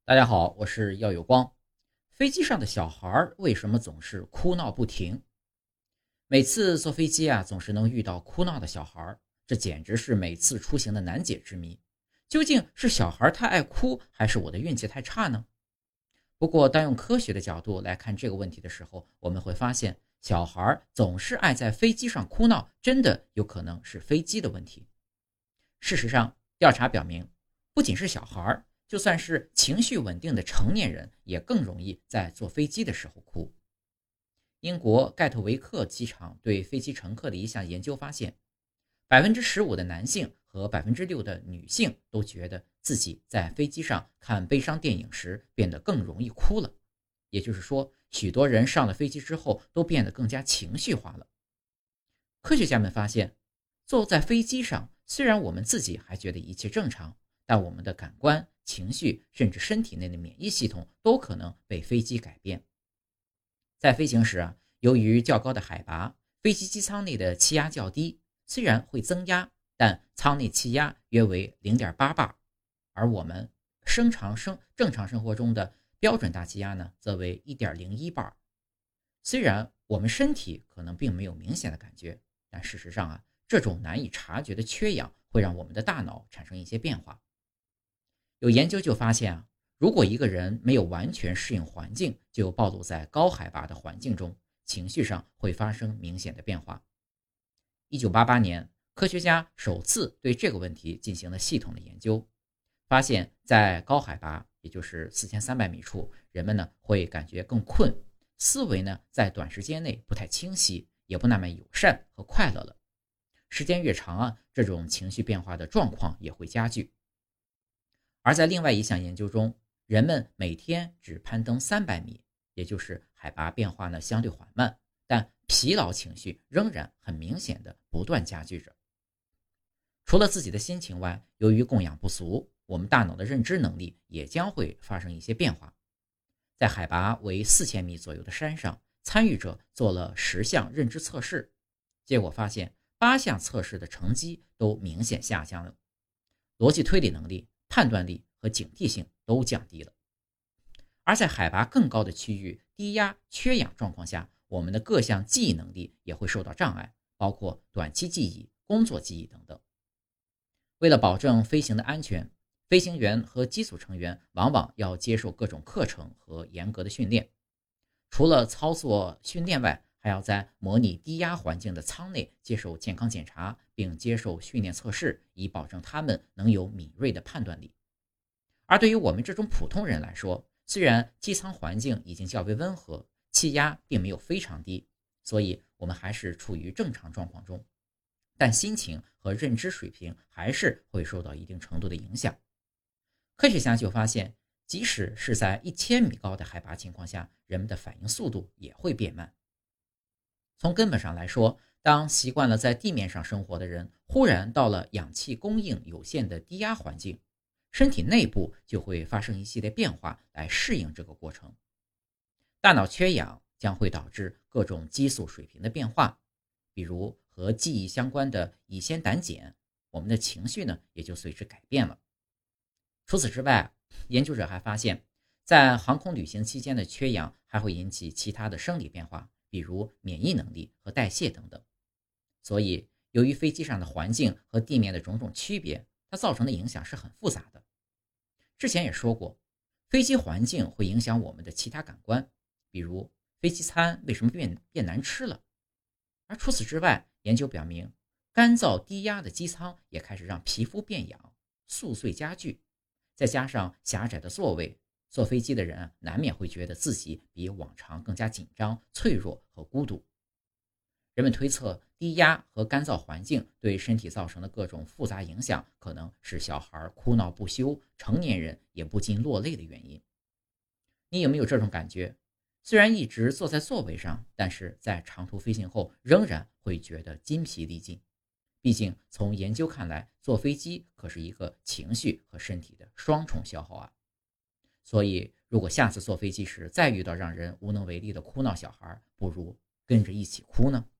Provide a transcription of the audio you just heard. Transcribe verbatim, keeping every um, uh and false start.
大家好，我是耀有光。飞机上的小孩为什么总是哭闹不停？每次坐飞机啊，总是能遇到哭闹的小孩，这简直是每次出行的难解之谜。究竟是小孩太爱哭，还是我的运气太差呢？不过，当用科学的角度来看这个问题的时候，我们会发现，小孩总是爱在飞机上哭闹，真的有可能是飞机的问题。事实上，调查表明，不仅是小孩，就算是情绪稳定的成年人，也更容易在坐飞机的时候哭。英国盖特维克机场对飞机乘客的一项研究发现，百分之十五的男性和百分之六的女性都觉得自己在飞机上看悲伤电影时变得更容易哭了。也就是说，许多人上了飞机之后都变得更加情绪化了。科学家们发现，坐在飞机上，虽然我们自己还觉得一切正常，但我们的感官、情绪甚至身体内的免疫系统都可能被飞机改变。在飞行时啊，由于较高的海拔，飞机机舱内的气压较低，虽然会增压，但舱内气压约为 零点八 bar，而我们生常生正常生活中的标准大气压呢，则为 一点零一 bar。虽然我们身体可能并没有明显的感觉，但事实上啊，这种难以察觉的缺氧会让我们的大脑产生一些变化。有研究就发现啊，如果一个人没有完全适应环境，就暴露在高海拔的环境中，情绪上会发生明显的变化。一九八八年，科学家首次对这个问题进行了系统的研究，发现在高海拔，也就是四千三百米处，人们呢会感觉更困，思维呢在短时间内不太清晰，也不那么友善和快乐了。时间越长啊，这种情绪变化的状况也会加剧。而在另外一项研究中，人们每天只攀登三百米，也就是海拔变化呢相对缓慢，但疲劳情绪仍然很明显的不断加剧着。除了自己的心情外，由于供氧不足，我们大脑的认知能力也将会发生一些变化。在海拔为四千米左右的山上，参与者做了十项认知测试，结果发现八项测试的成绩都明显下降了，逻辑推理能力、判断力和警惕性都降低了。而在海拔更高的区域，低压、缺氧状况下，我们的各项记忆能力也会受到障碍，包括短期记忆、工作记忆等等。为了保证飞行的安全，飞行员和机组成员往往要接受各种课程和严格的训练。除了操作训练外，还要在模拟低压环境的舱内接受健康检查，并接受训练测试，以保证他们能有敏锐的判断力。而对于我们这种普通人来说，虽然机舱环境已经较为温和，气压并没有非常低，所以我们还是处于正常状况中，但心情和认知水平还是会受到一定程度的影响。科学家就发现，即使是在一千米高的海拔情况下，人们的反应速度也会变慢。从根本上来说，当习惯了在地面上生活的人，忽然到了氧气供应有限的低压环境，身体内部就会发生一系列变化来适应这个过程。大脑缺氧将会导致各种激素水平的变化，比如和记忆相关的乙酰胆碱，我们的情绪呢也就随之改变了。除此之外，研究者还发现，在航空旅行期间的缺氧还会引起其他的生理变化，比如免疫能力和代谢等等。所以，由于飞机上的环境和地面的种种区别，它造成的影响是很复杂的。之前也说过，飞机环境会影响我们的其他感官，比如飞机餐为什么变变难吃了。而除此之外，研究表明，干燥低压的机舱也开始让皮肤变痒，宿醉加剧。再加上狭窄的座位，坐飞机的人难免会觉得自己比往常更加紧张、脆弱和孤独。人们推测，低压和干燥环境对身体造成的各种复杂影响，可能是小孩哭闹不休、成年人也不禁落泪的原因。你有没有这种感觉？虽然一直坐在座位上，但是在长途飞行后仍然会觉得筋疲力尽。毕竟从研究看来，坐飞机可是一个情绪和身体的双重消耗啊。所以如果下次坐飞机时再遇到让人无能为力的哭闹小孩，不如跟着一起哭呢？